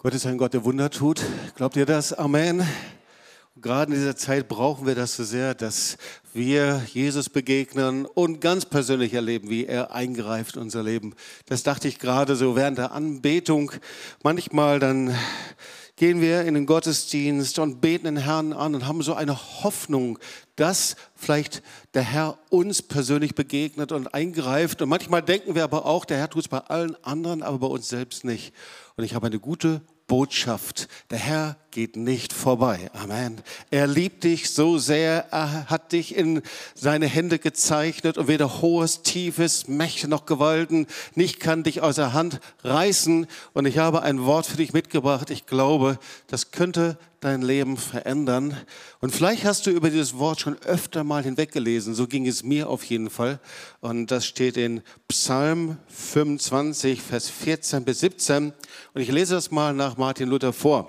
Gott ist ein Gott, der Wunder tut. Glaubt ihr das? Amen. Und gerade in dieser Zeit brauchen wir das so sehr, dass wir Jesus begegnen und ganz persönlich erleben, wie er eingreift in unser Leben. Das dachte ich gerade so während der Anbetung. Manchmal dann gehen wir in den Gottesdienst und beten den Herrn an und haben so eine Hoffnung, dass vielleicht der Herr uns persönlich begegnet und eingreift. Und manchmal denken wir aber auch, der Herr tut es bei allen anderen, aber bei uns selbst nicht. Und ich habe eine gute Botschaft. Der Herr geht nicht vorbei. Amen. Er liebt dich so sehr. Er hat dich in seine Hände gezeichnet und weder Hohes, Tiefes, Mächte noch Gewalten nicht kann dich aus der Hand reißen. Und ich habe ein Wort für dich mitgebracht. Ich glaube, das könnte dein Leben verändern. Und vielleicht hast du über dieses Wort schon öfter mal hinweggelesen. So ging es mir auf jeden Fall. Und das steht in Psalm 25, Vers 14 bis 17. Und ich lese das mal nach Martin Luther vor.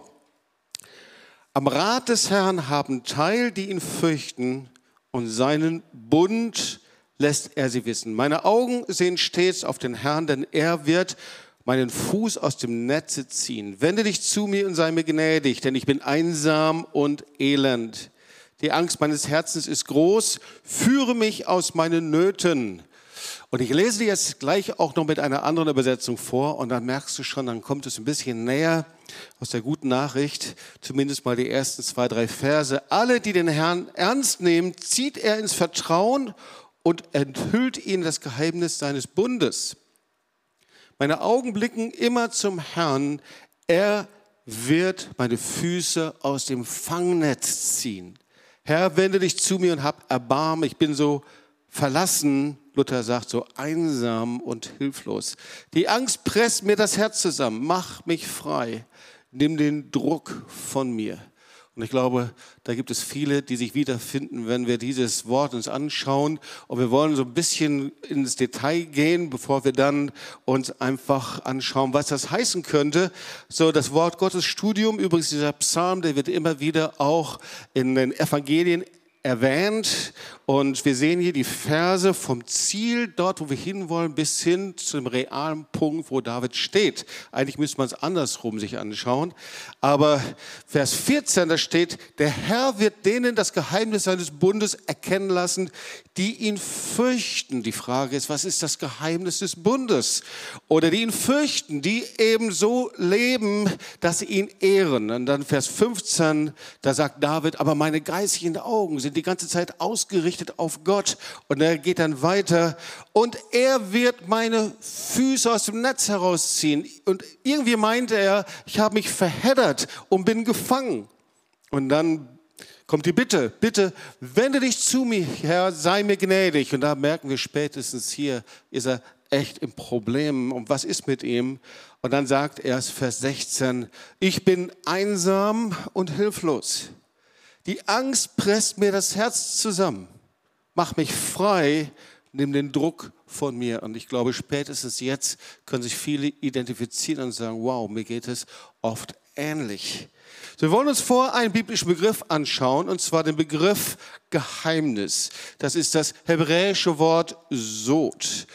Am Rat des Herrn haben teil, die ihn fürchten, und seinen Bund lässt er sie wissen. Meine Augen sehen stets auf den Herrn, denn er wird meinen Fuß aus dem Netze ziehen. Wende dich zu mir und sei mir gnädig, denn ich bin einsam und elend. Die Angst meines Herzens ist groß, führe mich aus meinen Nöten. Und ich lese dir jetzt gleich auch noch mit einer anderen Übersetzung vor und dann merkst du schon, dann kommt es ein bisschen näher aus der guten Nachricht, zumindest mal die ersten 2, 3 Verse. Alle, die den Herrn ernst nehmen, zieht er ins Vertrauen und enthüllt ihnen das Geheimnis seines Bundes. Meine Augen blicken immer zum Herrn, er wird meine Füße aus dem Fangnetz ziehen. Herr, wende dich zu mir und hab Erbarmen, ich bin so verlassen, Luther sagt, so einsam und hilflos. Die Angst presst mir das Herz zusammen, mach mich frei, nimm den Druck von mir. Und ich glaube, da gibt es viele, die sich wiederfinden, wenn wir dieses Wort uns anschauen. Und wir wollen so ein bisschen ins Detail gehen, bevor wir dann uns einfach anschauen, was das heißen könnte. So, das Wort Gottes Studium, übrigens dieser Psalm, der wird immer wieder auch in den Evangelien erwähnt und wir sehen hier die Verse vom Ziel, dort wo wir hinwollen, bis hin zum realen Punkt, wo David steht. Eigentlich müsste man es andersrum sich anschauen, aber Vers 14, da steht, der Herr wird denen das Geheimnis seines Bundes erkennen lassen, die ihn fürchten. Die Frage ist, was ist das Geheimnis des Bundes? Oder die ihn fürchten, die eben so leben, dass sie ihn ehren. Und dann Vers 15, da sagt David, aber meine geistigen Augen sind die ganze Zeit ausgerichtet auf Gott. Und er geht dann weiter. Und er wird meine Füße aus dem Netz herausziehen. Und irgendwie meinte er, ich habe mich verheddert und bin gefangen. Und dann kommt die Bitte, bitte wende dich zu mir, Herr, sei mir gnädig. Und da merken wir spätestens hier, ist er echt im Problem. Und was ist mit ihm? Und dann sagt er, Vers 16, ich bin einsam und hilflos. Die Angst presst mir das Herz zusammen. Mach mich frei, nimm den Druck von mir. Und ich glaube, spätestens jetzt können sich viele identifizieren und sagen, wow, mir geht es oft ähnlich. So, wir wollen uns vor einen biblischen Begriff anschauen, und zwar den Begriff Geheimnis. Das ist das hebräische Wort Sod.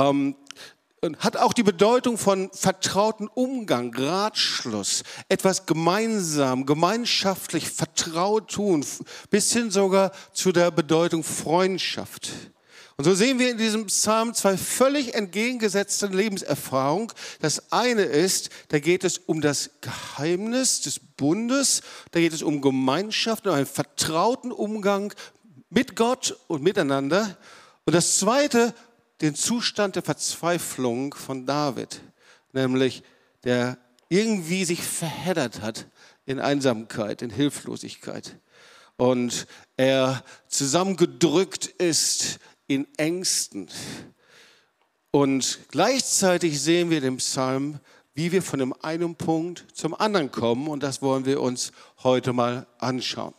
Hat auch die Bedeutung von vertrauten Umgang, Ratschluss, etwas gemeinsam, gemeinschaftlich vertraut tun, bis hin sogar zu der Bedeutung Freundschaft. Und so sehen wir in diesem Psalm 2 völlig entgegengesetzte Lebenserfahrungen. Das eine ist, da geht es um das Geheimnis des Bundes, da geht es um Gemeinschaft, um einen vertrauten Umgang mit Gott und miteinander. Und das zweite, den Zustand der Verzweiflung von David, nämlich der irgendwie sich verheddert hat in Einsamkeit, in Hilflosigkeit und er zusammengedrückt ist in Ängsten. Und gleichzeitig sehen wir den Psalm, wie wir von dem einen Punkt zum anderen kommen, und das wollen wir uns heute mal anschauen.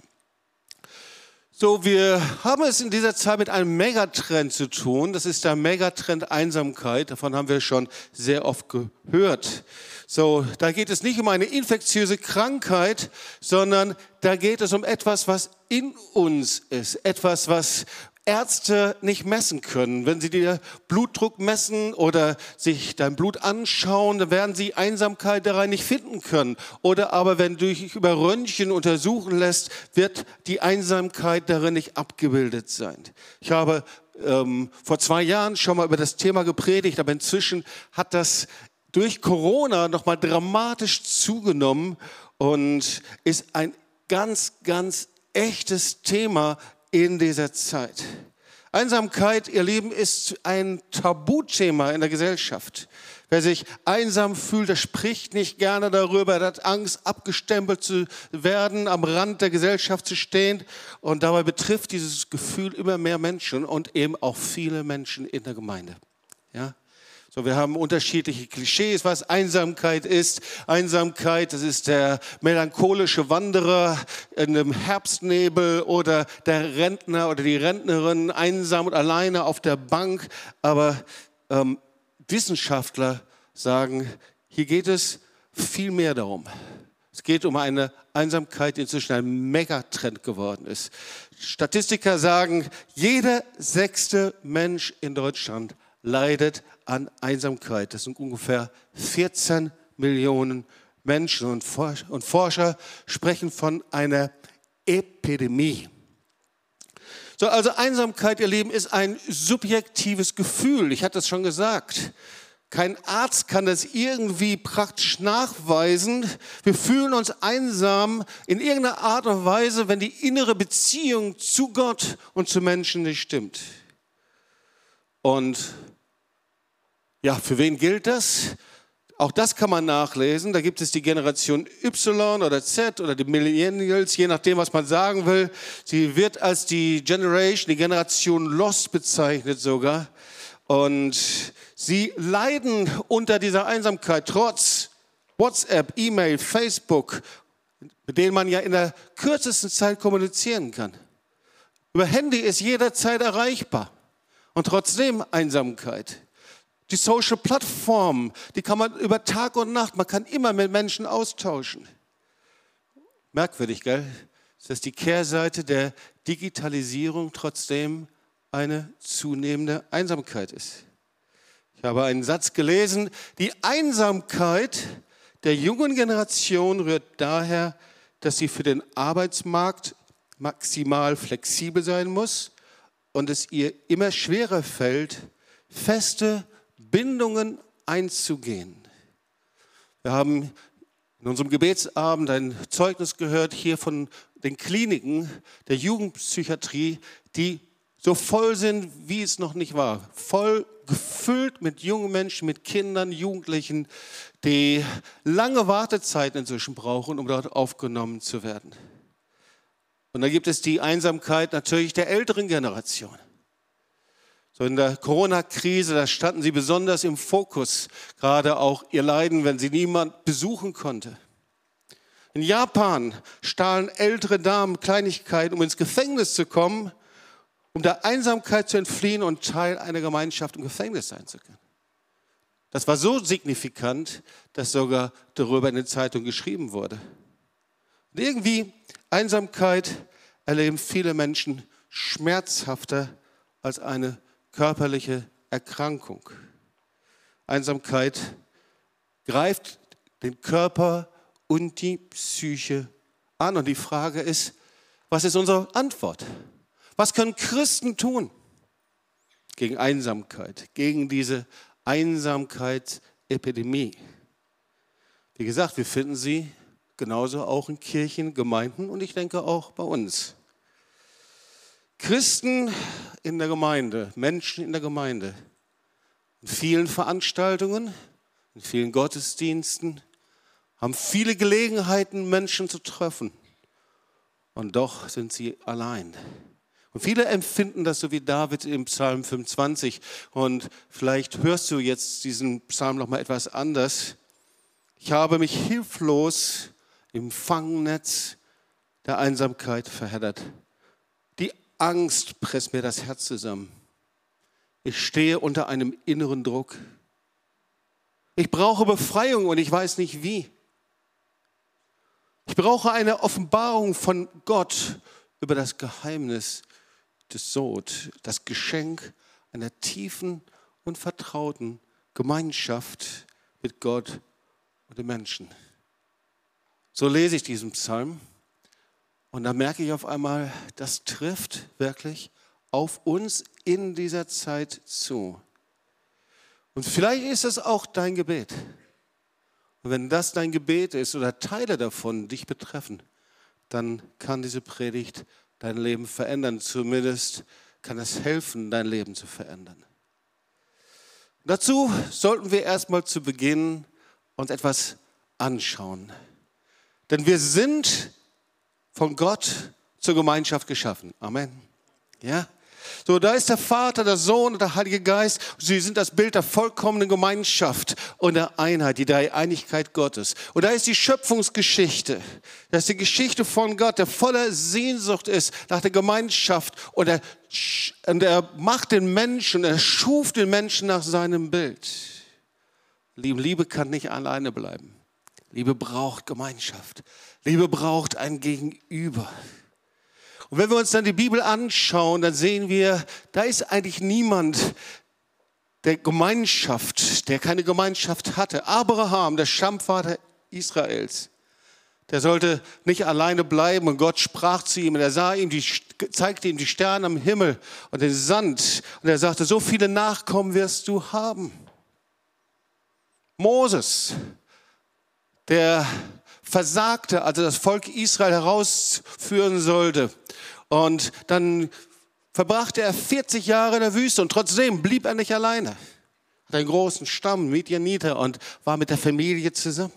So, wir haben es in dieser Zeit mit einem Megatrend zu tun. Das ist der Megatrend Einsamkeit. Davon haben wir schon sehr oft gehört. So, da geht es nicht um eine infektiöse Krankheit, sondern da geht es um etwas, was in uns ist. Etwas, was Ärzte nicht messen können. Wenn sie dir Blutdruck messen oder sich dein Blut anschauen, dann werden sie Einsamkeit darin nicht finden können. Oder aber wenn du dich über Röntgen untersuchen lässt, wird die Einsamkeit darin nicht abgebildet sein. Ich habe vor 2 Jahren schon mal über das Thema gepredigt, aber inzwischen hat das durch Corona nochmal dramatisch zugenommen und ist ein ganz, ganz echtes Thema in dieser Zeit. Einsamkeit, ihr Lieben, ist ein Tabuthema in der Gesellschaft. Wer sich einsam fühlt, der spricht nicht gerne darüber, der hat Angst, abgestempelt zu werden, am Rand der Gesellschaft zu stehen. Und dabei betrifft dieses Gefühl immer mehr Menschen und eben auch viele Menschen in der Gemeinde. Ja? So, wir haben unterschiedliche Klischees, was Einsamkeit ist. Einsamkeit, das ist der melancholische Wanderer in einem Herbstnebel oder der Rentner oder die Rentnerin einsam und alleine auf der Bank. Aber Wissenschaftler sagen, hier geht es viel mehr darum. Es geht um eine Einsamkeit, die inzwischen ein Megatrend geworden ist. Statistiker sagen, jeder 6. Mensch in Deutschland leidet an Einsamkeit. Das sind ungefähr 14 Millionen Menschen und Forscher sprechen von einer Epidemie. So, also Einsamkeit, ihr Lieben, ist ein subjektives Gefühl. Ich hatte es schon gesagt. Kein Arzt kann das irgendwie praktisch nachweisen. Wir fühlen uns einsam in irgendeiner Art und Weise, wenn die innere Beziehung zu Gott und zu Menschen nicht stimmt. Und ja, für wen gilt das? Auch das kann man nachlesen. Da gibt es die Generation Y oder Z oder die Millennials, je nachdem, was man sagen will. Sie wird als die Generation Lost bezeichnet sogar. Und sie leiden unter dieser Einsamkeit, trotz WhatsApp, E-Mail, Facebook, mit denen man ja in der kürzesten Zeit kommunizieren kann. Über Handy ist jederzeit erreichbar und trotzdem Einsamkeit. Die Social Plattform, die kann man über Tag und Nacht, man kann immer mit Menschen austauschen. Merkwürdig, gell? Das ist die Kehrseite der Digitalisierung, trotzdem eine zunehmende Einsamkeit ist. Ich habe einen Satz gelesen, die Einsamkeit der jungen Generation rührt daher, dass sie für den Arbeitsmarkt maximal flexibel sein muss und es ihr immer schwerer fällt, feste Bindungen einzugehen. Wir haben in unserem Gebetsabend ein Zeugnis gehört hier von den Kliniken der Jugendpsychiatrie, die so voll sind, wie es noch nicht war. Voll gefüllt mit jungen Menschen, mit Kindern, Jugendlichen, die lange Wartezeiten inzwischen brauchen, um dort aufgenommen zu werden. Und dann gibt es die Einsamkeit natürlich der älteren Generation. So in der Corona-Krise, da standen sie besonders im Fokus, gerade auch ihr Leiden, wenn sie niemand besuchen konnte. In Japan stahlen ältere Damen Kleinigkeiten, um ins Gefängnis zu kommen, um der Einsamkeit zu entfliehen und Teil einer Gemeinschaft im Gefängnis sein zu können. Das war so signifikant, dass sogar darüber in den Zeitungen geschrieben wurde. Und irgendwie Einsamkeit erleben viele Menschen schmerzhafter als eine körperliche Erkrankung. Einsamkeit greift den Körper und die Psyche an. Und die Frage ist, was ist unsere Antwort? Was können Christen tun gegen Einsamkeit, gegen diese Einsamkeitsepidemie? Wie gesagt, wir finden sie genauso auch in Kirchen, Gemeinden und ich denke auch bei uns. Christen in der Gemeinde, Menschen in der Gemeinde, in vielen Veranstaltungen, in vielen Gottesdiensten, haben viele Gelegenheiten, Menschen zu treffen. Und doch sind sie allein. Und viele empfinden das so wie David im Psalm 25. Und vielleicht hörst du jetzt diesen Psalm noch mal etwas anders. Ich habe mich hilflos im Fangnetz der Einsamkeit verheddert. Die Angst presst mir das Herz zusammen. Ich stehe unter einem inneren Druck. Ich brauche Befreiung und ich weiß nicht wie. Ich brauche eine Offenbarung von Gott über das Geheimnis des Sod, das Geschenk einer tiefen und vertrauten Gemeinschaft mit Gott und den Menschen. So lese ich diesen Psalm und da merke ich auf einmal, das trifft wirklich auf uns in dieser Zeit zu. Und vielleicht ist es auch dein Gebet. Und wenn das dein Gebet ist oder Teile davon dich betreffen, dann kann diese Predigt dein Leben verändern. Zumindest kann es helfen, dein Leben zu verändern. Dazu sollten wir erstmal zu Beginn uns etwas anschauen. Denn wir sind von Gott zur Gemeinschaft geschaffen. Amen. Ja? So, da ist der Vater, der Sohn und der Heilige Geist. Sie sind das Bild der vollkommenen Gemeinschaft und der Einheit, die Dreieinigkeit Gottes. Und da ist die Schöpfungsgeschichte. Das ist die Geschichte von Gott, der voller Sehnsucht ist nach der Gemeinschaft. Und er macht den Menschen, er schuf den Menschen nach seinem Bild. Liebe kann nicht alleine bleiben. Liebe braucht Gemeinschaft. Liebe braucht ein Gegenüber. Und wenn wir uns dann die Bibel anschauen, dann sehen wir, da ist eigentlich niemand, der keine Gemeinschaft hatte. Abraham, der Stammvater Israels, der sollte nicht alleine bleiben und Gott sprach zu ihm und er zeigte ihm die Sterne am Himmel und den Sand und er sagte, so viele Nachkommen wirst du haben. Moses, der versagte, als er das Volk Israel herausführen sollte. Und dann verbrachte er 40 Jahre in der Wüste und trotzdem blieb er nicht alleine. Er hat einen großen Stamm, Midianiter, und war mit der Familie zusammen.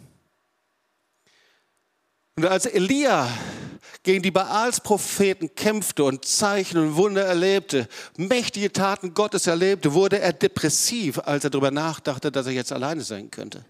Und als Elia gegen die Baals-Propheten kämpfte und Zeichen und Wunder erlebte, mächtige Taten Gottes erlebte, wurde er depressiv, als er darüber nachdachte, dass er jetzt alleine sein könnte.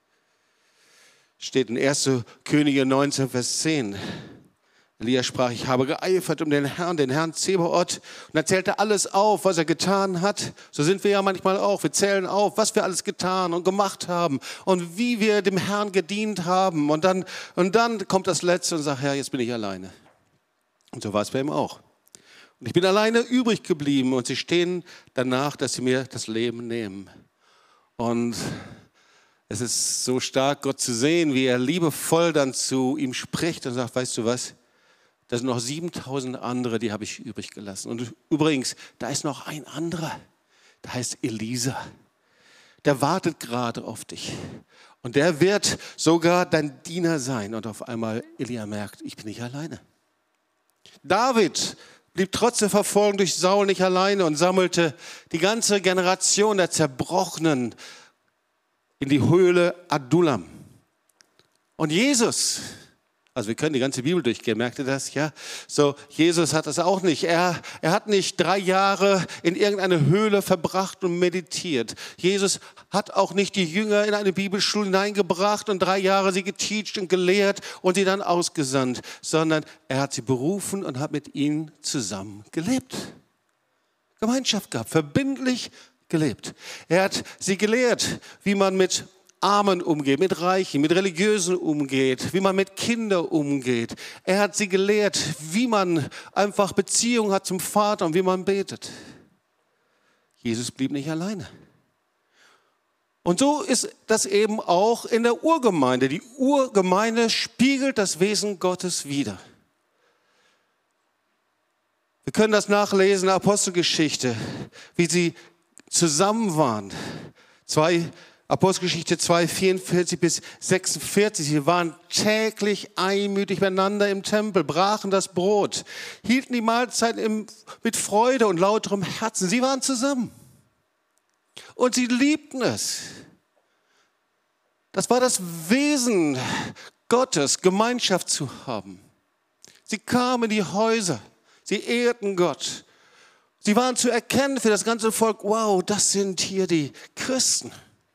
Steht in 1. Könige 19, Vers 10. Elia sprach, ich habe geeifert um den Herrn Zebaoth und er zählte alles auf, was er getan hat. So sind wir ja manchmal auch. Wir zählen auf, was wir alles getan und gemacht haben und wie wir dem Herrn gedient haben. Und dann kommt das Letzte und sagt, Herr, jetzt bin ich alleine. Und so war es bei ihm auch. Und ich bin alleine übrig geblieben und sie stehen danach, dass sie mir das Leben nehmen. Und es ist so stark, Gott zu sehen, wie er liebevoll dann zu ihm spricht und sagt, weißt du was, da sind noch 7000 andere, die habe ich übrig gelassen. Und übrigens, da ist noch ein anderer, der heißt Elisa. Der wartet gerade auf dich. Und der wird sogar dein Diener sein. Und auf einmal Elia merkt, ich bin nicht alleine. David blieb trotz der Verfolgung durch Saul nicht alleine und sammelte die ganze Generation der Zerbrochenen in die Höhle Adullam. Und Jesus, also wir können die ganze Bibel durchgehen, merkt ihr das? Ja? So, Jesus hat das auch nicht. Er hat nicht 3 Jahre in irgendeine Höhle verbracht und meditiert. Jesus hat auch nicht die Jünger in eine Bibelschule hineingebracht und 3 Jahre sie geteacht und gelehrt und sie dann ausgesandt, sondern er hat sie berufen und hat mit ihnen zusammen gelebt. Gemeinschaft gehabt, verbindlich gelebt. Er hat sie gelehrt, wie man mit Armen umgeht, mit Reichen, mit Religiösen umgeht, wie man mit Kindern umgeht. Er hat sie gelehrt, wie man einfach Beziehung hat zum Vater und wie man betet. Jesus blieb nicht alleine. Und so ist das eben auch in der Urgemeinde. Die Urgemeinde spiegelt das Wesen Gottes wider. Wir können das nachlesen in der Apostelgeschichte, wie sie zusammen waren. Apostelgeschichte 2, 44 bis 46. Sie waren täglich einmütig miteinander im Tempel, brachen das Brot, hielten die Mahlzeit mit Freude und lauterem Herzen. Sie waren zusammen. Und sie liebten es. Das war das Wesen Gottes, Gemeinschaft zu haben. Sie kamen in die Häuser, sie ehrten Gott. Sie waren zu erkennen für das ganze Volk, wow, das sind hier die Christen.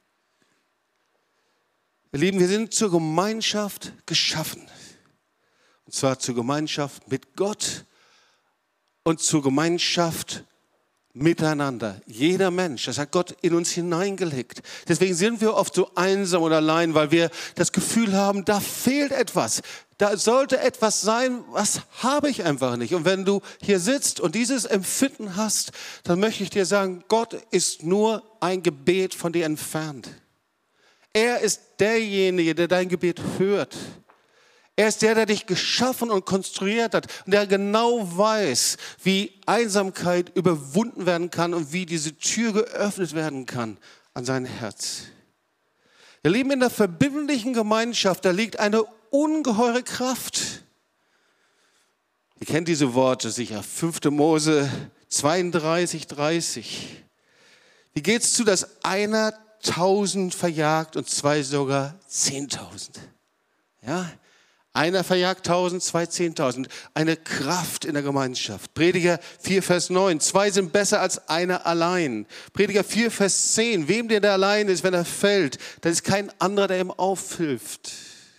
Ihr Lieben, wir sind zur Gemeinschaft geschaffen. Und zwar zur Gemeinschaft mit Gott und zur Gemeinschaft miteinander. Jeder Mensch, das hat Gott in uns hineingelegt. Deswegen sind wir oft so einsam und allein, weil wir das Gefühl haben, da fehlt etwas. Da sollte etwas sein, was habe ich einfach nicht. Und wenn du hier sitzt und dieses Empfinden hast, dann möchte ich dir sagen, Gott ist nur ein Gebet von dir entfernt. Er ist derjenige, der dein Gebet hört. Er ist der dich geschaffen und konstruiert hat und der genau weiß, wie Einsamkeit überwunden werden kann und wie diese Tür geöffnet werden kann an sein Herz. Wir leben in der verbindlichen Gemeinschaft, da liegt eine ungeheure Kraft. Ihr kennt diese Worte sicher, 5. Mose 32, 30. Wie geht es zu, dass einer 1000 verjagt und zwei sogar 10.000? Ja? Einer verjagt 1000, zwei 10.000. Eine Kraft in der Gemeinschaft. Prediger 4, Vers 9. 2 sind besser als einer allein. Prediger 4, Vers 10. Wem der allein ist, wenn er fällt, dann ist kein anderer, der ihm aufhilft.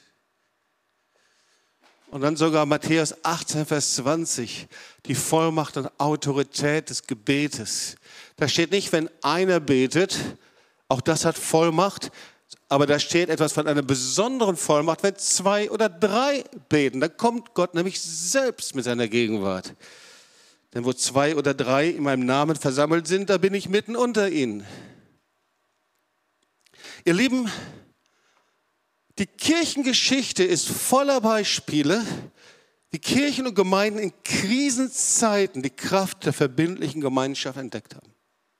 Und dann sogar Matthäus 18, Vers 20. Die Vollmacht und Autorität des Gebetes. Da steht nicht, wenn einer betet, auch das hat Vollmacht, aber da steht etwas von einer besonderen Vollmacht, wenn 2 oder 3 beten. Da kommt Gott nämlich selbst mit seiner Gegenwart. Denn wo 2 oder 3 in meinem Namen versammelt sind, da bin ich mitten unter ihnen. Ihr Lieben, die Kirchengeschichte ist voller Beispiele, wie Kirchen und Gemeinden in Krisenzeiten die Kraft der verbindlichen Gemeinschaft entdeckt haben.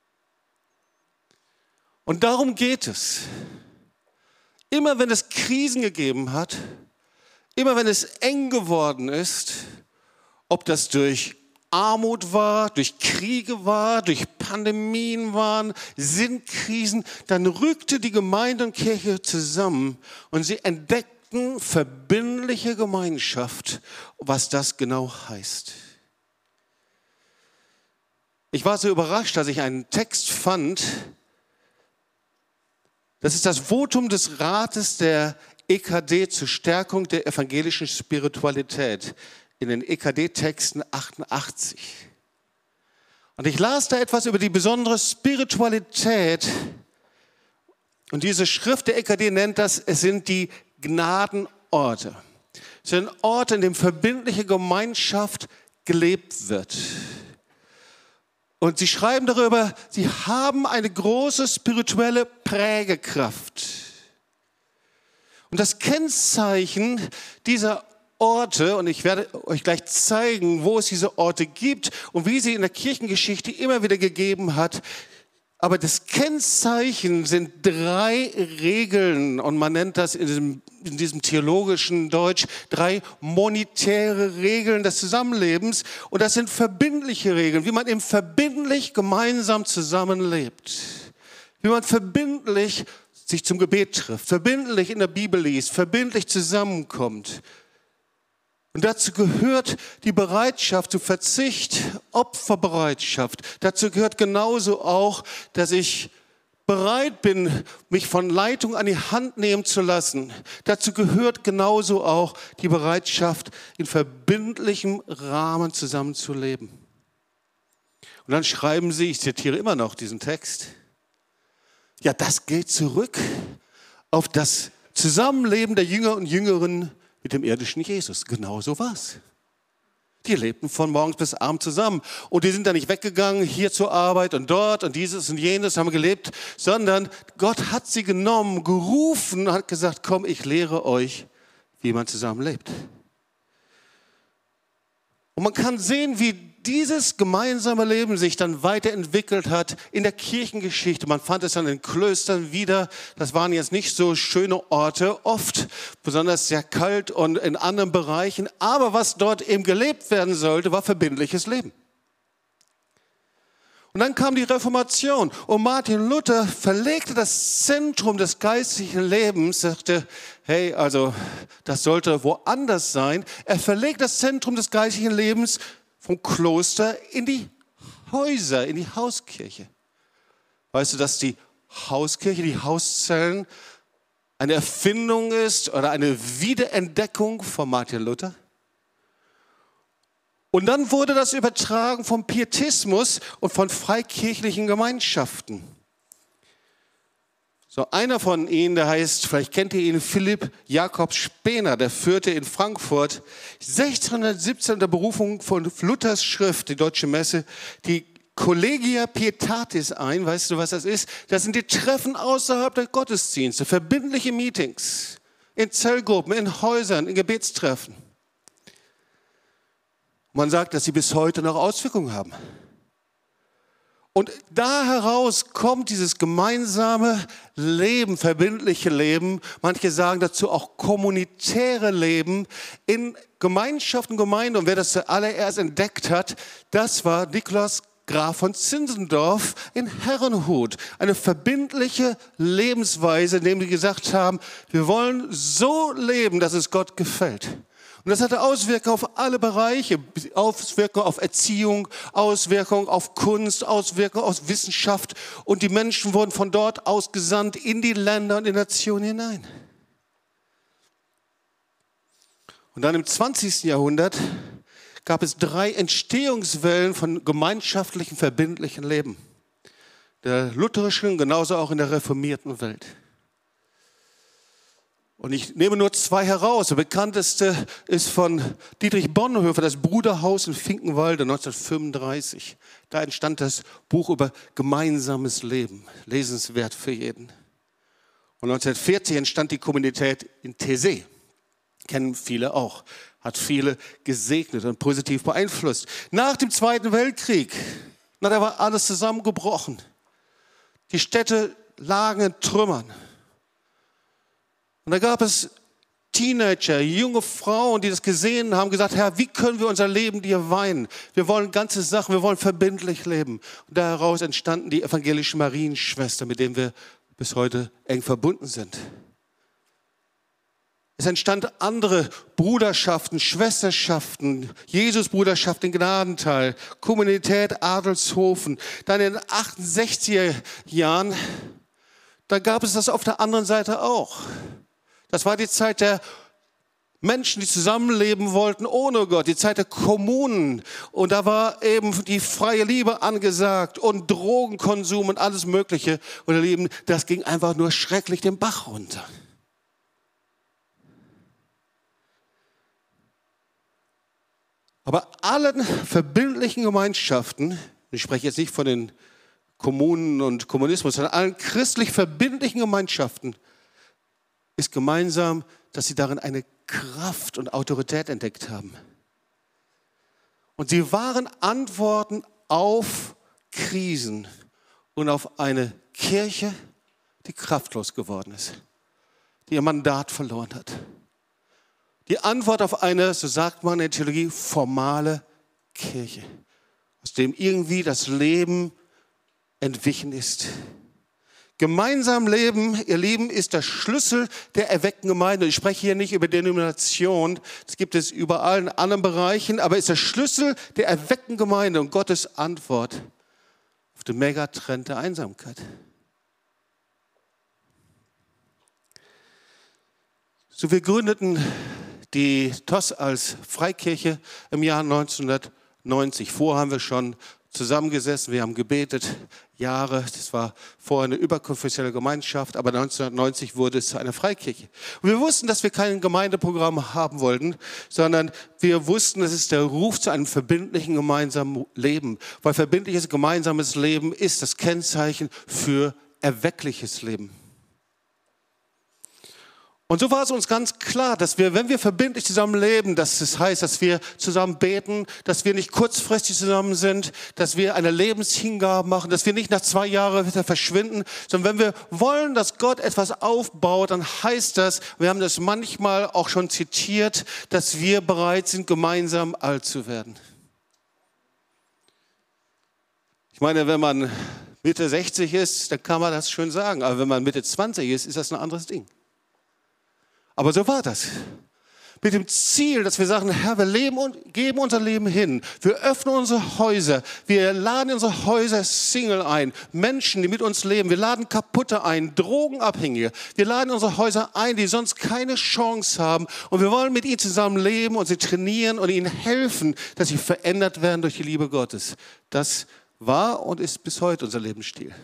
Und darum geht es. Immer wenn es Krisen gegeben hat, immer wenn es eng geworden ist, ob das durch Armut war, durch Kriege war, durch Pandemien waren, Sinnkrisen, dann rückte die Gemeinde und Kirche zusammen und sie entdeckten verbindliche Gemeinschaft, was das genau heißt. Ich war so überrascht, dass ich einen Text fand. Das ist das Votum des Rates der EKD zur Stärkung der evangelischen Spiritualität in den EKD-Texten 88. Und ich las da etwas über die besondere Spiritualität. Und diese Schrift der EKD nennt das, es sind die Gnadenorte. Es sind Orte, in denen verbindliche Gemeinschaft gelebt wird. Und sie schreiben darüber, sie haben eine große spirituelle Prägekraft. Und das Kennzeichen dieser Orte, und ich werde euch gleich zeigen, wo es diese Orte gibt und wie sie in der Kirchengeschichte immer wieder gegeben hat. Aber das Kennzeichen sind 3 Regeln und man nennt das in diesem theologischen Deutsch 3 monetäre Regeln des Zusammenlebens. Und das sind verbindliche Regeln, wie man eben verbindlich gemeinsam zusammenlebt. Wie man verbindlich sich zum Gebet trifft, verbindlich in der Bibel liest, verbindlich zusammenkommt. Und dazu gehört die Bereitschaft zu Verzicht, Opferbereitschaft. Dazu gehört genauso auch, dass ich bereit bin, mich von Leitung an die Hand nehmen zu lassen. Dazu gehört genauso auch die Bereitschaft, in verbindlichem Rahmen zusammenzuleben. Und dann schreiben sie, ich zitiere immer noch diesen Text, ja, das geht zurück auf das Zusammenleben der Jünger und Jüngerinnen mit dem irdischen Jesus. Genau so war's. Die lebten von morgens bis abends zusammen. Und die sind da nicht weggegangen, hier zur Arbeit und dort und dieses und jenes haben gelebt, sondern Gott hat sie genommen, gerufen und hat gesagt, komm, ich lehre euch, wie man zusammen lebt. Und man kann sehen, wie dieses gemeinsame Leben sich dann weiterentwickelt hat in der Kirchengeschichte. Man fand es dann in Klöstern wieder. Das waren jetzt nicht so schöne Orte, oft besonders sehr kalt und in anderen Bereichen. Aber was dort eben gelebt werden sollte, war verbindliches Leben. Und dann kam die Reformation und Martin Luther verlegte das Zentrum des geistlichen Lebens, sagte, hey, also das sollte woanders sein. Er verlegt das Zentrum des geistlichen Lebens vom Kloster in die Häuser, in die Hauskirche. Weißt du, dass die Hauskirche, die Hauszellen eine Erfindung ist oder eine Wiederentdeckung von Martin Luther? Und dann wurde das übertragen vom Pietismus und von freikirchlichen Gemeinschaften. So, einer von ihnen, der heißt, vielleicht kennt ihr ihn, Philipp Jakob Spener, der führte in Frankfurt 1617 unter Berufung von Luthers Schrift, die Deutsche Messe, die Collegia Pietatis ein. Weißt du, was das ist? Das sind die Treffen außerhalb der Gottesdienste, verbindliche Meetings, in Zellgruppen, in Häusern, in Gebetstreffen. Man sagt, dass sie bis heute noch Auswirkungen haben. Und da heraus kommt dieses gemeinsame Leben, verbindliche Leben, manche sagen dazu auch kommunitäre Leben in Gemeinschaft und Gemeinde. Und wer das zuallererst entdeckt hat, das war Nikolaus Graf von Zinzendorf in Herrnhut. Eine verbindliche Lebensweise, in der die gesagt haben, wir wollen so leben, dass es Gott gefällt. Und das hatte Auswirkungen auf alle Bereiche, Auswirkungen auf Erziehung, Auswirkungen auf Kunst, Auswirkungen auf Wissenschaft. Und die Menschen wurden von dort ausgesandt in die Länder und die Nationen hinein. Und dann im 20. Jahrhundert gab es 3 Entstehungswellen von gemeinschaftlichen, verbindlichen Leben. Der lutherischen, genauso auch in der reformierten Welt. Und ich nehme nur 2 heraus. Der bekannteste ist von Dietrich Bonhoeffer, das Bruderhaus in Finkenwalde 1935. Da entstand das Buch über gemeinsames Leben, lesenswert für jeden. Und 1940 entstand die Kommunität in Taizé. Kennen viele auch, hat viele gesegnet und positiv beeinflusst. Nach dem Zweiten Weltkrieg, da war alles zusammengebrochen. Die Städte lagen in Trümmern. Und da gab es Teenager, junge Frauen, die das gesehen haben, gesagt, Herr, wie können wir unser Leben dir weihen? Wir wollen ganze Sachen, wir wollen verbindlich leben. Und daraus entstanden die evangelischen Marienschwestern, mit denen wir bis heute eng verbunden sind. Es entstanden andere Bruderschaften, Schwesterschaften, Jesusbruderschaft in Gnadental, Kommunität Adelshofen. Dann in den 68er Jahren, da gab es das auf der anderen Seite auch. Das war die Zeit der Menschen, die zusammenleben wollten ohne Gott, die Zeit der Kommunen. Und da war eben die freie Liebe angesagt und Drogenkonsum und alles Mögliche. Und ihr Lieben, das ging einfach nur schrecklich den Bach runter. Aber allen verbindlichen Gemeinschaften, ich spreche jetzt nicht von den Kommunen und Kommunismus, sondern allen christlich verbindlichen Gemeinschaften, ist gemeinsam, dass sie darin eine Kraft und Autorität entdeckt haben. Und sie waren Antworten auf Krisen und auf eine Kirche, die kraftlos geworden ist, die ihr Mandat verloren hat. Die Antwort auf eine, so sagt man in der Theologie, formale Kirche, aus dem irgendwie das Leben entwichen ist. Gemeinsam leben, ihr Lieben, ist der Schlüssel der erweckten Gemeinde. Ich spreche hier nicht über Denomination, das gibt es überall in anderen Bereichen, aber ist der Schlüssel der erweckten Gemeinde und Gottes Antwort auf den Megatrend der Einsamkeit. So, wir gründeten die TOS als Freikirche im Jahr 1990. Vorher haben wir schon zusammengesessen, wir haben gebetet, Jahre. Das war vorher eine überkonfessionelle Gemeinschaft, aber 1990 wurde es zu einer Freikirche. Und wir wussten, dass wir kein Gemeindeprogramm haben wollten, sondern wir wussten, es ist der Ruf zu einem verbindlichen gemeinsamen Leben. Weil verbindliches gemeinsames Leben ist das Kennzeichen für erweckliches Leben. Und so war es uns ganz klar, dass wir, wenn wir verbindlich zusammen leben, dass es heißt, dass wir zusammen beten, dass wir nicht kurzfristig zusammen sind, dass wir eine Lebenshingabe machen, dass wir nicht nach 2 Jahren wieder verschwinden, sondern wenn wir wollen, dass Gott etwas aufbaut, dann heißt das, wir haben das manchmal auch schon zitiert, dass wir bereit sind, gemeinsam alt zu werden. Ich meine, wenn man Mitte 60 ist, dann kann man das schön sagen, aber wenn man Mitte 20 ist, ist das ein anderes Ding. Aber so war das. mit dem Ziel, dass wir sagen, Herr, wir leben und geben unser Leben hin. Wir öffnen unsere Häuser. Wir laden in unsere Häuser Single ein. Menschen, die mit uns leben. Wir laden Kaputte ein, Drogenabhängige. Wir laden in unsere Häuser ein, die sonst keine Chance haben. Und wir wollen mit ihnen zusammen leben und sie trainieren und ihnen helfen, dass sie verändert werden durch die Liebe Gottes. Das war und ist bis heute unser Lebensstil.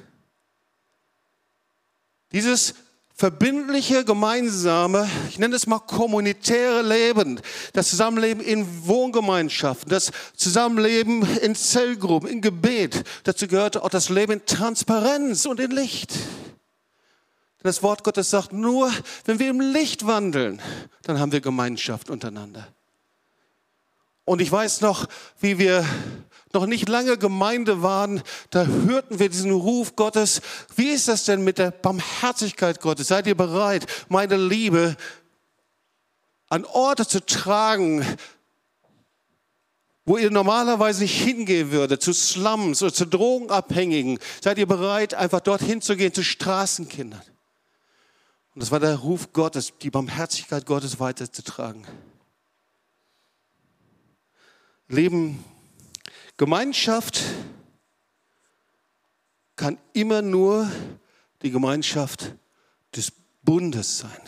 Dieses verbindliche, gemeinsame, ich nenne es mal kommunitäre Leben, das Zusammenleben in Wohngemeinschaften, das Zusammenleben in Zellgruppen, in Gebet. Dazu gehört auch das Leben in Transparenz und in Licht. Denn das Wort Gottes sagt, nur wenn wir im Licht wandeln, dann haben wir Gemeinschaft untereinander. Und ich weiß noch, wie wir noch nicht lange Gemeinde waren, da hörten wir diesen Ruf Gottes. Wie ist das denn mit der Barmherzigkeit Gottes? Seid ihr bereit, meine Liebe an Orte zu tragen, wo ihr normalerweise nicht hingehen würdet, zu Slums oder zu Drogenabhängigen? Seid ihr bereit, einfach dorthin zu gehen, zu Straßenkindern? Und das war der Ruf Gottes, die Barmherzigkeit Gottes weiterzutragen. Leben Gemeinschaft kann immer nur die Gemeinschaft des Bundes sein.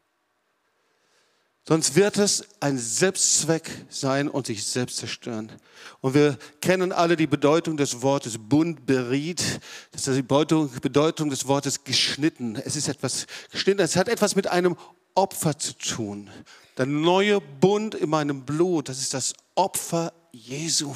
Sonst wird es ein Selbstzweck sein und sich selbst zerstören. Und wir kennen alle die Bedeutung des Wortes Bund, beriet. Das ist die Bedeutung des Wortes geschnitten. Es ist etwas geschnitten. Es hat etwas mit einem Opfer zu tun. Der neue Bund in meinem Blut, das ist das Opfer Jesu.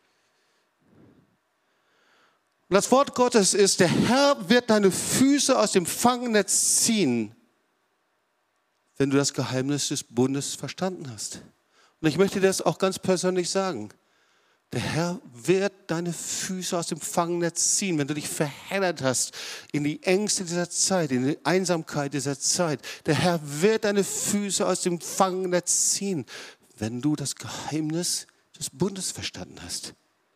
Und das Wort Gottes ist, der Herr wird deine Füße aus dem Fangnetz ziehen, wenn du das Geheimnis des Bundes verstanden hast. Und ich möchte dir das auch ganz persönlich sagen. Der Herr wird deine Füße aus dem Fangnetz ziehen, wenn du dich verheddert hast in die Ängste dieser Zeit, in die Einsamkeit dieser Zeit. Der Herr wird deine Füße aus dem Fangnetz ziehen, wenn du das Geheimnis des Bundes verstanden hast.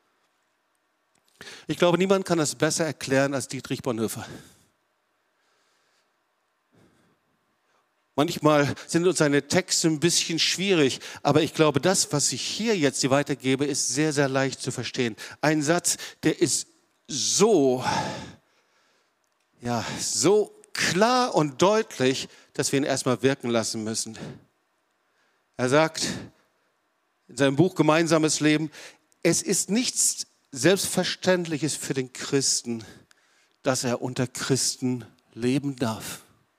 Ich glaube, niemand kann das besser erklären als Dietrich Bonhoeffer. Manchmal sind uns seine Texte ein bisschen schwierig, aber ich glaube, das, was ich hier jetzt dir weitergebe, ist sehr, sehr leicht zu verstehen. Ein Satz, der ist so klar und deutlich, dass wir ihn erstmal wirken lassen müssen. Er sagt in seinem Buch Gemeinsames Leben, es ist nichts Selbstverständliches für den Christen, dass er unter Christen leben darf.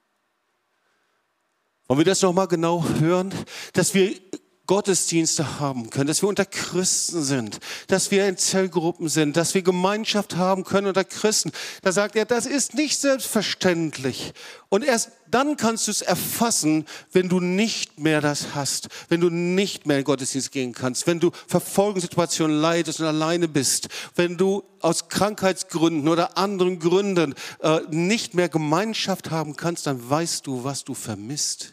Wollen wir das nochmal genau hören? Dass wir Gottesdienste haben können, dass wir unter Christen sind, dass wir in Zellgruppen sind, dass wir Gemeinschaft haben können unter Christen. Da sagt er, das ist nicht selbstverständlich. Und erst dann kannst du es erfassen, wenn du nicht mehr das hast, wenn du nicht mehr in den Gottesdienst gehen kannst, wenn du Verfolgungssituationen leidest und alleine bist, wenn du aus Krankheitsgründen oder anderen Gründen nicht mehr Gemeinschaft haben kannst, dann weißt du, was du vermisst.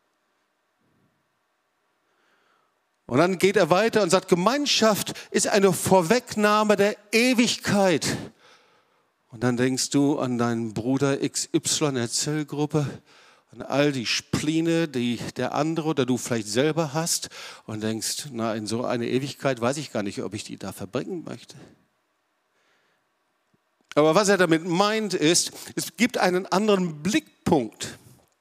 Und dann geht er weiter und sagt, Gemeinschaft ist eine Vorwegnahme der Ewigkeit. Und dann denkst du an deinen Bruder XY in der Zellgruppe, an all die Spline, die der andere oder du vielleicht selber hast und denkst, na, in so eine Ewigkeit weiß ich gar nicht, ob ich die da verbringen möchte. Aber was er damit meint ist, es gibt einen anderen Blickpunkt.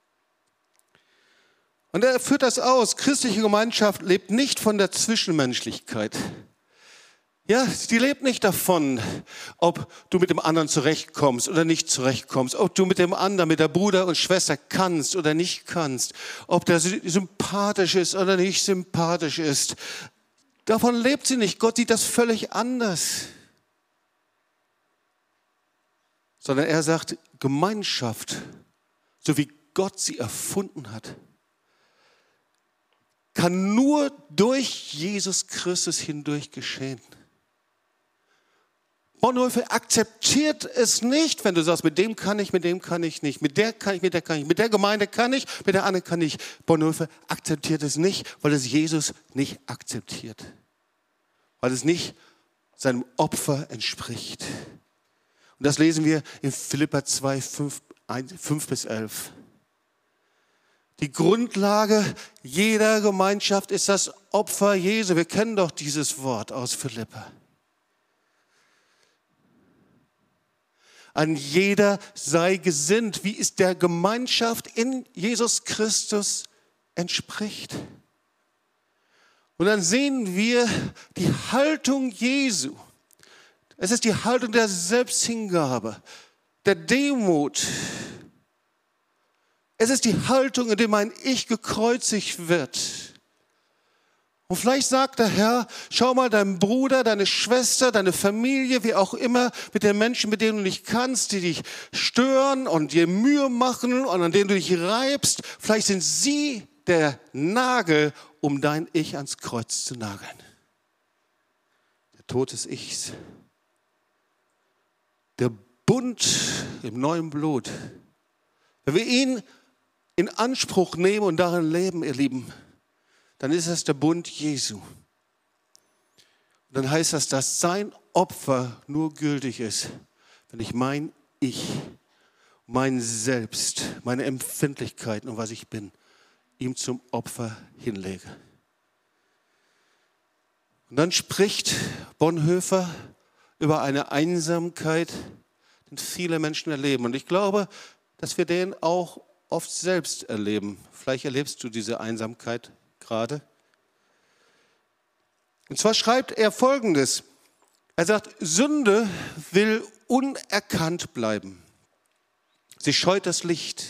Und er führt das aus. Christliche Gemeinschaft lebt nicht von der Zwischenmenschlichkeit. Ja, die lebt nicht davon, ob du mit dem anderen zurechtkommst oder nicht zurechtkommst, ob du mit dem anderen, mit der Bruder und Schwester kannst oder nicht kannst, ob der sympathisch ist oder nicht sympathisch ist. Davon lebt sie nicht. Gott sieht das völlig anders. Sondern er sagt, Gemeinschaft, so wie Gott sie erfunden hat, kann nur durch Jesus Christus hindurch geschehen. Bonhoeffer akzeptiert es nicht, wenn du sagst, mit dem kann ich nicht, mit der kann ich, mit der kann ich, mit der Gemeinde kann ich, mit der anderen kann ich. Bonhoeffer akzeptiert es nicht, weil es Jesus nicht akzeptiert. Weil es nicht seinem Opfer entspricht. Und das lesen wir in Philipper 2, 5 bis 11. Die Grundlage jeder Gemeinschaft ist das Opfer Jesu. Wir kennen doch dieses Wort aus Philipper. An jeder sei gesinnt, wie es der Gemeinschaft in Jesus Christus entspricht. Und dann sehen wir die Haltung Jesu. Es ist die Haltung der Selbsthingabe, der Demut. Es ist die Haltung, in der mein Ich gekreuzigt wird. Und vielleicht sagt der Herr, schau mal, dein Bruder, deine Schwester, deine Familie, wie auch immer, mit den Menschen, mit denen du nicht kannst, die dich stören und dir Mühe machen und an denen du dich reibst, vielleicht sind sie der Nagel, um dein Ich ans Kreuz zu nageln. Der Tod des Ichs. Der Bund im neuen Blut. Wenn wir ihn in Anspruch nehmen und darin leben, ihr Lieben, dann ist das der Bund Jesu. Und dann heißt das, dass sein Opfer nur gültig ist, wenn ich mein Ich, mein Selbst, meine Empfindlichkeiten und was ich bin, ihm zum Opfer hinlege. Und dann spricht Bonhoeffer über eine Einsamkeit, die viele Menschen erleben. Und ich glaube, dass wir den auch oft selbst erleben. Vielleicht erlebst du diese Einsamkeit gerade. Und zwar schreibt er Folgendes. Er sagt, Sünde will unerkannt bleiben. Sie scheut das Licht.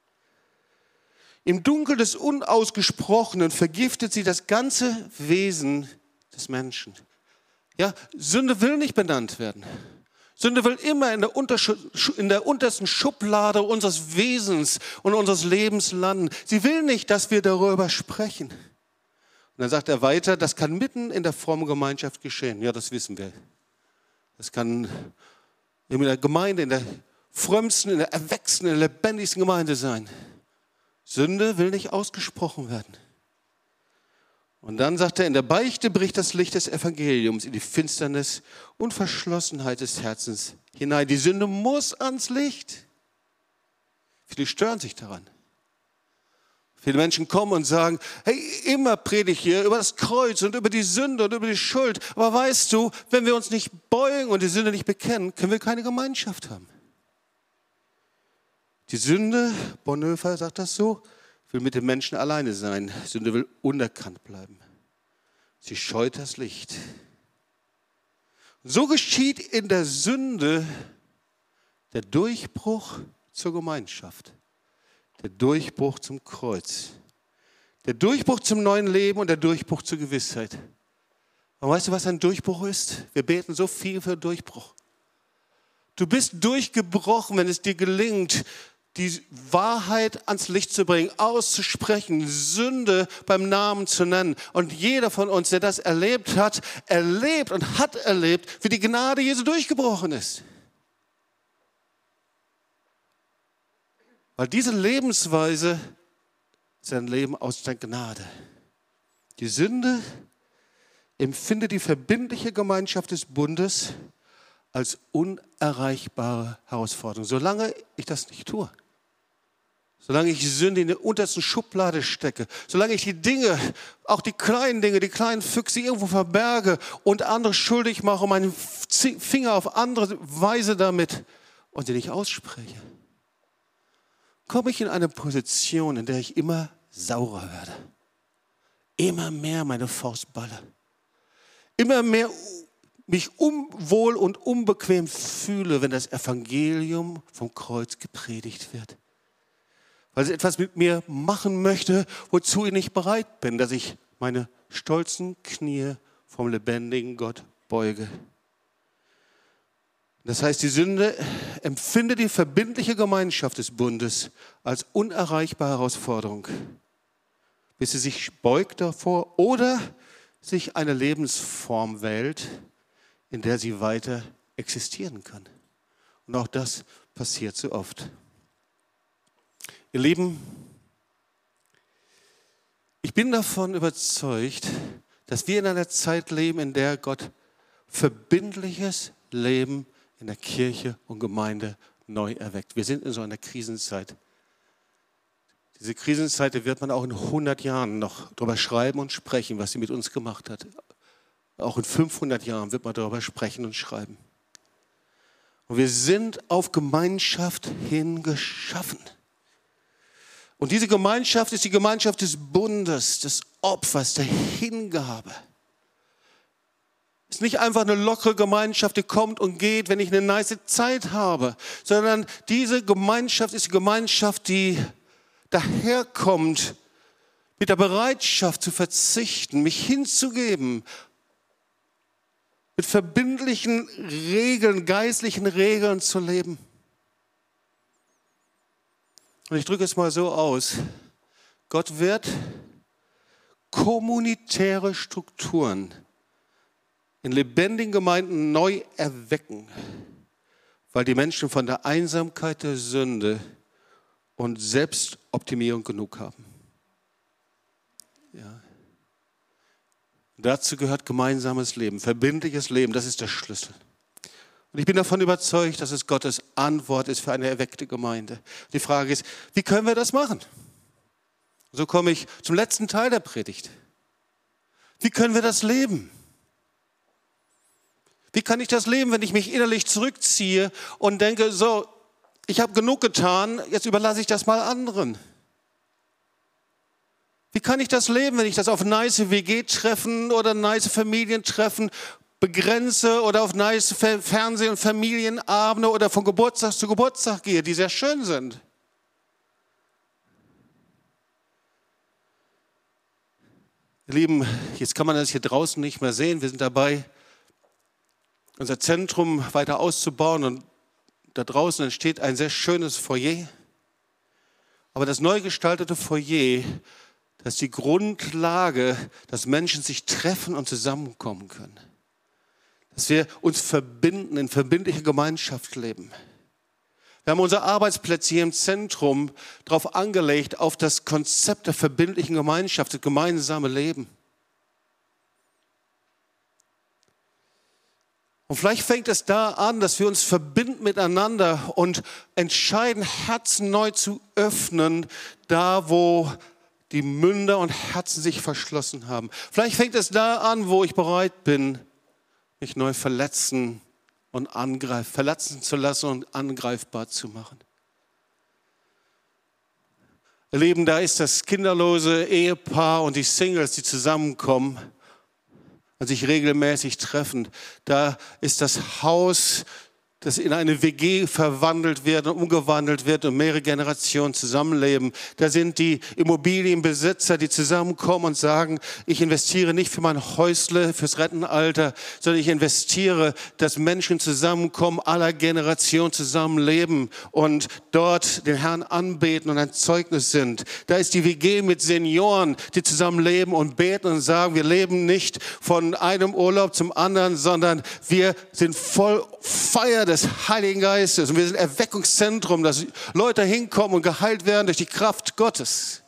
Im Dunkel des Unausgesprochenen vergiftet sie das ganze Wesen des Menschen. Ja, Sünde will nicht benannt werden. Sünde will immer in der untersten Schublade unseres Wesens und unseres Lebens landen. Sie will nicht, dass wir darüber sprechen. Und dann sagt er weiter, das kann mitten in der frommen Gemeinschaft geschehen. Ja, das wissen wir. Das kann in der Gemeinde, in der frömmsten, in der erwachsenen, in der lebendigsten Gemeinde sein. Sünde will nicht ausgesprochen werden. Und dann sagt er, in der Beichte bricht das Licht des Evangeliums in die Finsternis und Verschlossenheit des Herzens hinein. Die Sünde muss ans Licht. Viele stören sich daran. Viele Menschen kommen und sagen, hey, immer predige ich hier über das Kreuz und über die Sünde und über die Schuld. Aber weißt du, wenn wir uns nicht beugen und die Sünde nicht bekennen, können wir keine Gemeinschaft haben. Die Sünde, Bonhoeffer sagt das so, will mit dem Menschen alleine sein. Sünde will unerkannt bleiben. Sie scheut das Licht. So geschieht in der Sünde der Durchbruch zur Gemeinschaft, der Durchbruch zum Kreuz, der Durchbruch zum neuen Leben und der Durchbruch zur Gewissheit. Und weißt du, was ein Durchbruch ist? Wir beten so viel für Durchbruch. Du bist durchgebrochen, wenn es dir gelingt, die Wahrheit ans Licht zu bringen, auszusprechen, Sünde beim Namen zu nennen. Und jeder von uns, der das erlebt hat, erlebt und hat erlebt, wie die Gnade Jesu durchgebrochen ist. Weil diese Lebensweise ist ein Leben aus der Gnade. Die Sünde empfindet die verbindliche Gemeinschaft des Bundes als unerreichbare Herausforderung. Solange ich das nicht tue, solange ich Sünde in der untersten Schublade stecke, solange ich die Dinge, auch die kleinen Dinge, die kleinen Füchse irgendwo verberge und andere schuldig mache, meinen Finger auf andere Weise damit und sie nicht ausspreche, komme ich in eine Position, in der ich immer saurer werde, immer mehr meine Faust balle, immer mehr mich unwohl und unbequem fühle, wenn das Evangelium vom Kreuz gepredigt wird. Weil es etwas mit mir machen möchte, wozu ich nicht bereit bin, dass ich meine stolzen Knie vom lebendigen Gott beuge. Das heißt, die Sünde empfindet die verbindliche Gemeinschaft des Bundes als unerreichbare Herausforderung, bis sie sich beugt davor oder sich eine Lebensform wählt, in der sie weiter existieren kann. Und auch das passiert so oft. Ihr Lieben, ich bin davon überzeugt, dass wir in einer Zeit leben, in der Gott verbindliches Leben in der Kirche und Gemeinde neu erweckt. Wir sind in so einer Krisenzeit. Die Diese Krisenzeit, da wird man auch in 100 Jahren noch darüber schreiben und sprechen, was sie mit uns gemacht hat. Auch in 500 Jahren wird man darüber sprechen und schreiben. Und wir sind auf Gemeinschaft hin geschaffen. Und diese Gemeinschaft ist die Gemeinschaft des Bundes, des Opfers, der Hingabe. Es ist nicht einfach eine lockere Gemeinschaft, die kommt und geht, wenn ich eine nice Zeit habe, sondern diese Gemeinschaft ist die Gemeinschaft, die daherkommt mit der Bereitschaft zu verzichten, mich hinzugeben, mit verbindlichen Regeln, geistlichen Regeln zu leben. Und ich drücke es mal so aus, Gott wird kommunitäre Strukturen in lebendigen Gemeinden neu erwecken, weil die Menschen von der Einsamkeit der Sünde und Selbstoptimierung genug haben. Ja. Dazu gehört gemeinsames Leben, verbindliches Leben, das ist der Schlüssel. Und ich bin davon überzeugt, dass es Gottes Antwort ist für eine erweckte Gemeinde. Die Frage ist, wie können wir das machen? So komme ich zum letzten Teil der Predigt. Wie können wir das leben? Wie kann ich das leben, wenn ich mich innerlich zurückziehe und denke, so, ich habe genug getan, jetzt überlasse ich das mal anderen? Wie kann ich das leben, wenn ich das auf nice WG-Treffen oder nice Familientreffen begrenze oder auf nice Fernseh- und Familienabende oder von Geburtstag zu Geburtstag gehe, die sehr schön sind? Ihr Lieben, jetzt kann man das hier draußen nicht mehr sehen. Wir sind dabei, unser Zentrum weiter auszubauen und da draußen entsteht ein sehr schönes Foyer. Aber das neu gestaltete Foyer, das ist die Grundlage, dass Menschen sich treffen und zusammenkommen können. Dass wir uns verbinden, in verbindlicher Gemeinschaft leben. Wir haben unsere Arbeitsplätze hier im Zentrum darauf angelegt, auf das Konzept der verbindlichen Gemeinschaft, das gemeinsame Leben. Und vielleicht fängt es da an, dass wir uns verbinden miteinander und entscheiden, Herzen neu zu öffnen, da wo die Münder und Herzen sich verschlossen haben. Vielleicht fängt es da an, wo ich bereit bin, mich neu verletzen zu lassen und angreifbar zu machen. Ihr Lieben, da ist das kinderlose Ehepaar und die Singles, die zusammenkommen und sich regelmäßig treffen. Da ist das Haus, das in eine WG verwandelt wird und umgewandelt wird und mehrere Generationen zusammenleben. Da sind die Immobilienbesitzer, die zusammenkommen und sagen, ich investiere nicht für mein Häusle, fürs Rentenalter, sondern ich investiere, dass Menschen zusammenkommen, aller Generationen zusammenleben und dort den Herrn anbeten und ein Zeugnis sind. Da ist die WG mit Senioren, die zusammenleben und beten und sagen, wir leben nicht von einem Urlaub zum anderen, sondern wir sind voll Feier des Heiligen Geistes und wir sind Erweckungszentrum, dass Leute hinkommen und geheilt werden durch die Kraft Gottes.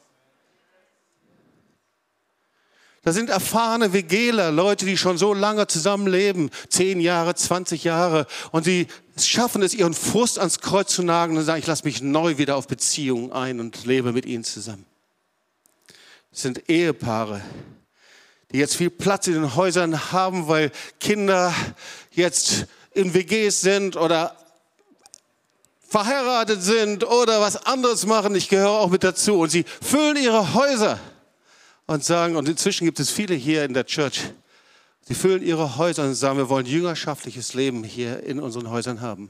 Da sind erfahrene WGler, Leute, die schon so lange zusammenleben, 10 Jahre, 20 Jahre und sie schaffen es, ihren Frust ans Kreuz zu nageln und sagen, ich lasse mich neu wieder auf Beziehungen ein und lebe mit ihnen zusammen. Das sind Ehepaare, die jetzt viel Platz in den Häusern haben, weil Kinder jetzt in WGs sind oder verheiratet sind oder was anderes machen. Ich gehöre auch mit dazu. Und sie füllen ihre Häuser und sagen, und inzwischen gibt es viele hier in der Church, sie füllen ihre Häuser und sagen, wir wollen jüngerschaftliches Leben hier in unseren Häusern haben.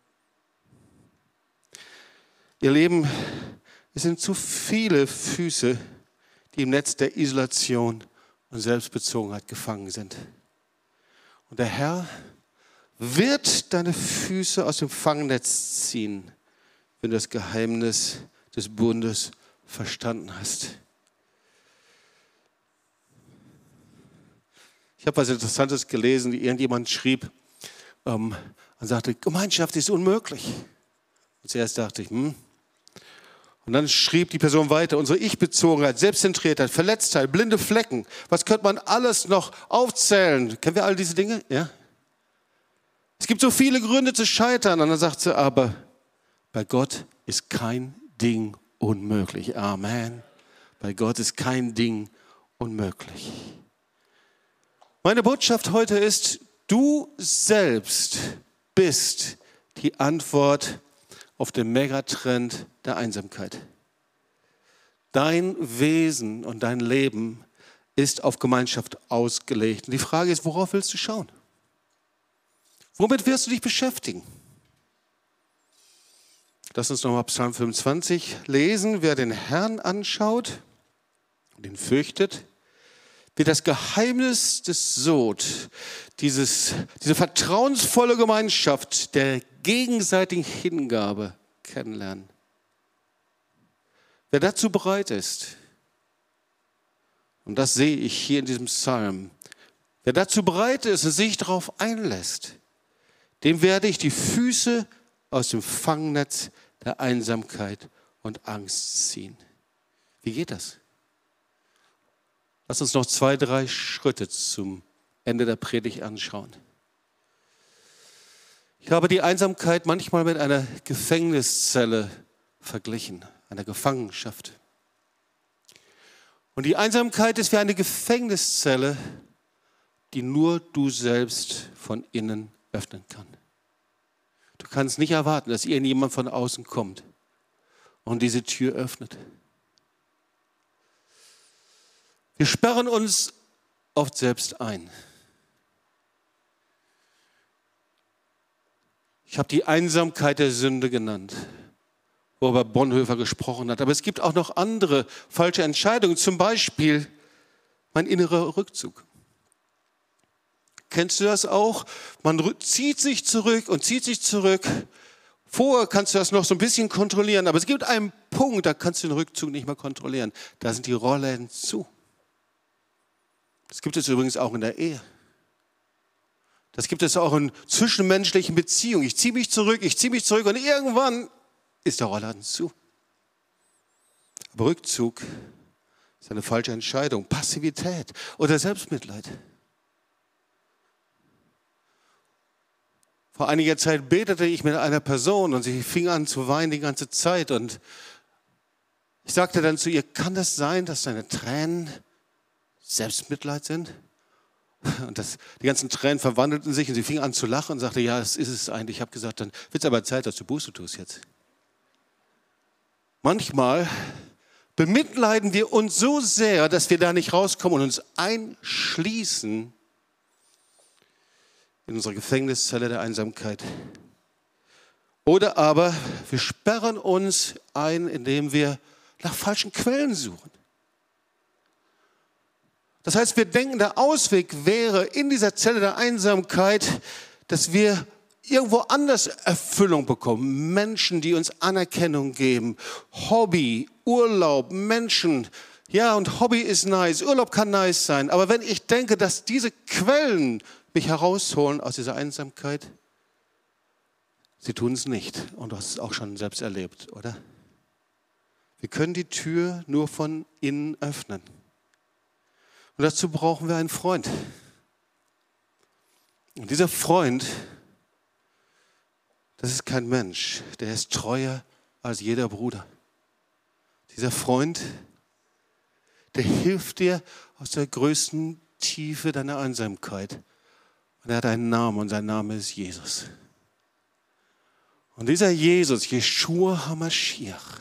Ihr Lieben, es sind zu viele Füße, die im Netz der Isolation und Selbstbezogenheit gefangen sind. Und der Herr wird deine Füße aus dem Fangnetz ziehen, wenn du das Geheimnis des Bundes verstanden hast. Ich habe was Interessantes gelesen, wie irgendjemand schrieb und sagte, Gemeinschaft ist unmöglich. Und zuerst dachte ich, Und dann schrieb die Person weiter, unsere Ich-Bezogenheit, Selbstzentriertheit, Verletztheit, blinde Flecken, was könnte man alles noch aufzählen? Kennen wir all diese Dinge? Ja. Es gibt so viele Gründe zu scheitern. Und dann sagt sie, aber bei Gott ist kein Ding unmöglich. Amen. Bei Gott ist kein Ding unmöglich. Meine Botschaft heute ist, du selbst bist die Antwort auf den Megatrend der Einsamkeit. Dein Wesen und dein Leben ist auf Gemeinschaft ausgelegt. Und die Frage ist, worauf willst du schauen? Womit wirst du dich beschäftigen? Lass uns nochmal Psalm 25 lesen. Wer den Herrn anschaut, den fürchtet, wird das Geheimnis des Sod, diese vertrauensvolle Gemeinschaft der gegenseitigen Hingabe kennenlernen. Wer dazu bereit ist, und das sehe ich hier in diesem Psalm, wer dazu bereit ist und sich darauf einlässt, dem werde ich die Füße aus dem Fangnetz der Einsamkeit und Angst ziehen. Wie geht das? Lass uns noch 2, 3 Schritte zum Ende der Predigt anschauen. Ich habe die Einsamkeit manchmal mit einer Gefängniszelle verglichen, einer Gefangenschaft. Und die Einsamkeit ist wie eine Gefängniszelle, die nur du selbst von innen öffnen kann. Du kannst nicht erwarten, dass irgendjemand von außen kommt und diese Tür öffnet. Wir sperren uns oft selbst ein. Ich habe die Einsamkeit der Sünde genannt, worüber Bonhoeffer gesprochen hat. Aber es gibt auch noch andere falsche Entscheidungen, zum Beispiel mein innerer Rückzug. Kennst du das auch? Man zieht sich zurück und zieht sich zurück. Vorher kannst du das noch so ein bisschen kontrollieren, aber es gibt einen Punkt, da kannst du den Rückzug nicht mehr kontrollieren. Da sind die Rollläden zu. Das gibt es übrigens auch in der Ehe. Das gibt es auch in zwischenmenschlichen Beziehungen. Ich ziehe mich zurück und irgendwann ist der Rollladen zu. Aber Rückzug ist eine falsche Entscheidung. Passivität oder Selbstmitleid. Vor einiger Zeit betete ich mit einer Person und sie fing an zu weinen die ganze Zeit. Und ich sagte dann zu ihr, kann das sein, dass deine Tränen Selbstmitleid sind? Und die ganzen Tränen verwandelten sich und sie fing an zu lachen und sagte, ja, das ist es eigentlich. Ich habe gesagt, dann wird es aber Zeit, dass du Buße tust jetzt. Manchmal bemitleiden wir uns so sehr, dass wir da nicht rauskommen und uns einschließen in unserer Gefängniszelle der Einsamkeit. Oder aber wir sperren uns ein, indem wir nach falschen Quellen suchen. Das heißt, wir denken, der Ausweg wäre in dieser Zelle der Einsamkeit, dass wir irgendwo anders Erfüllung bekommen. Menschen, die uns Anerkennung geben. Hobby, Urlaub, Menschen. Ja, und Hobby ist nice, Urlaub kann nice sein. Aber wenn ich denke, dass diese Quellen mich herausholen aus dieser Einsamkeit, sie tun es nicht. Und du hast es auch schon selbst erlebt, oder? Wir können die Tür nur von innen öffnen. Und dazu brauchen wir einen Freund. Und dieser Freund, das ist kein Mensch, der ist treuer als jeder Bruder. Dieser Freund, der hilft dir aus der größten Tiefe deiner Einsamkeit. Und er hat einen Namen und sein Name ist Jesus. Und dieser Jesus, Jeschua HaMashiach,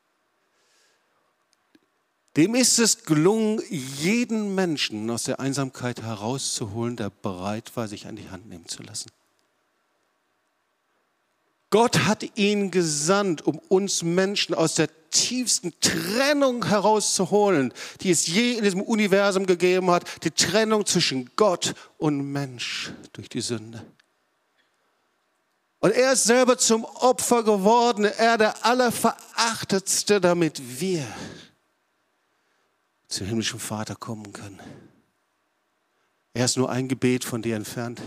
dem ist es gelungen, jeden Menschen aus der Einsamkeit herauszuholen, der bereit war, sich an die Hand nehmen zu lassen. Gott hat ihn gesandt, um uns Menschen aus der tiefsten Trennung herauszuholen, die es je in diesem Universum gegeben hat, die Trennung zwischen Gott und Mensch durch die Sünde. Und er ist selber zum Opfer geworden, er der Allerverachtetste, damit wir zum himmlischen Vater kommen können. Er ist nur ein Gebet von dir entfernt.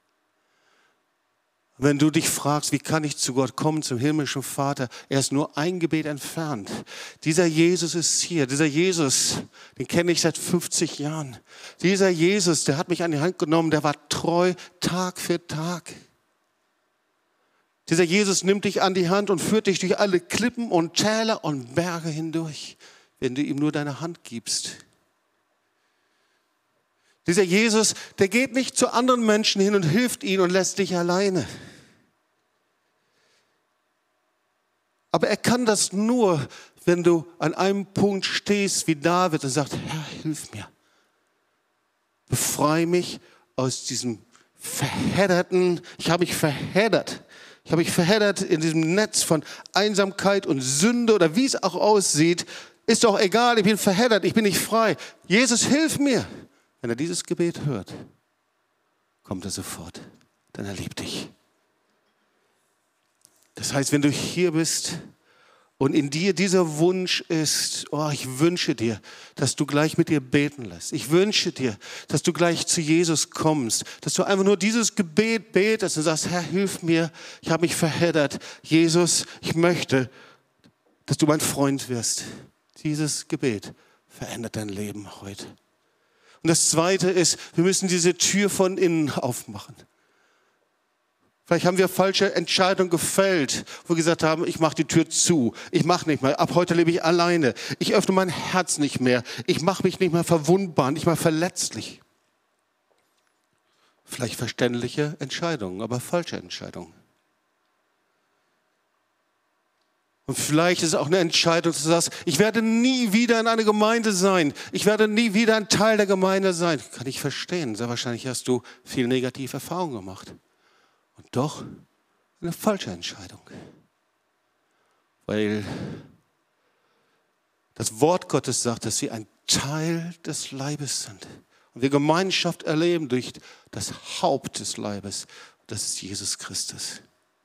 Wenn du dich fragst, wie kann ich zu Gott kommen, zum himmlischen Vater, er ist nur ein Gebet entfernt. Dieser Jesus ist hier, dieser Jesus, den kenne ich seit 50 Jahren. Dieser Jesus, der hat mich an die Hand genommen, der war treu Tag für Tag. Dieser Jesus nimmt dich an die Hand und führt dich durch alle Klippen und Täler und Berge hindurch, wenn du ihm nur deine Hand gibst. Dieser Jesus, der geht nicht zu anderen Menschen hin und hilft ihnen und lässt dich alleine. Aber er kann das nur, wenn du an einem Punkt stehst wie David und sagst, Herr, hilf mir. Befreie mich aus diesem verhedderten, ich habe mich verheddert in diesem Netz von Einsamkeit und Sünde oder wie es auch aussieht. Ist doch egal, ich bin verheddert, ich bin nicht frei. Jesus, hilf mir. Wenn er dieses Gebet hört, kommt er sofort, denn er liebt dich. Das heißt, wenn du hier bist und in dir dieser Wunsch ist, oh, ich wünsche dir, dass du gleich mit dir beten lässt. Ich wünsche dir, dass du gleich zu Jesus kommst, dass du einfach nur dieses Gebet betest und sagst, Herr, hilf mir, ich habe mich verheddert. Jesus, ich möchte, dass du mein Freund wirst. Dieses Gebet verändert dein Leben heute. Und das Zweite ist, wir müssen diese Tür von innen aufmachen. Vielleicht haben wir falsche Entscheidungen gefällt, wo wir gesagt haben, ich mache die Tür zu, ich mache nicht mehr, ab heute lebe ich alleine, ich öffne mein Herz nicht mehr, ich mache mich nicht mehr verwundbar, nicht mehr verletzlich. Vielleicht verständliche Entscheidungen, aber falsche Entscheidungen. Und vielleicht ist es auch eine Entscheidung, dass du sagst, ich werde nie wieder in einer Gemeinde sein. Ich werde nie wieder ein Teil der Gemeinde sein. Kann ich verstehen. Sehr wahrscheinlich hast du viel negative Erfahrungen gemacht. Und doch eine falsche Entscheidung. Weil das Wort Gottes sagt, dass sie ein Teil des Leibes sind. Und wir Gemeinschaft erleben durch das Haupt des Leibes. Das ist Jesus Christus.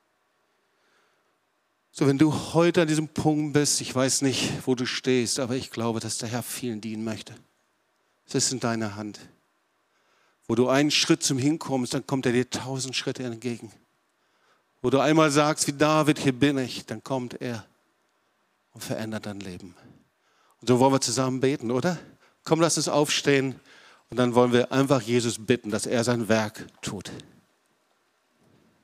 So, wenn du heute an diesem Punkt bist, ich weiß nicht, wo du stehst, aber ich glaube, dass der Herr vielen dienen möchte. Es ist in deiner Hand. Wo du einen Schritt zum Hinkommst, dann kommt er dir 1000 Schritte entgegen. Wo du einmal sagst, wie David, hier bin ich, dann kommt er und verändert dein Leben. Und so wollen wir zusammen beten, oder? Komm, lass uns aufstehen und dann wollen wir einfach Jesus bitten, dass er sein Werk tut.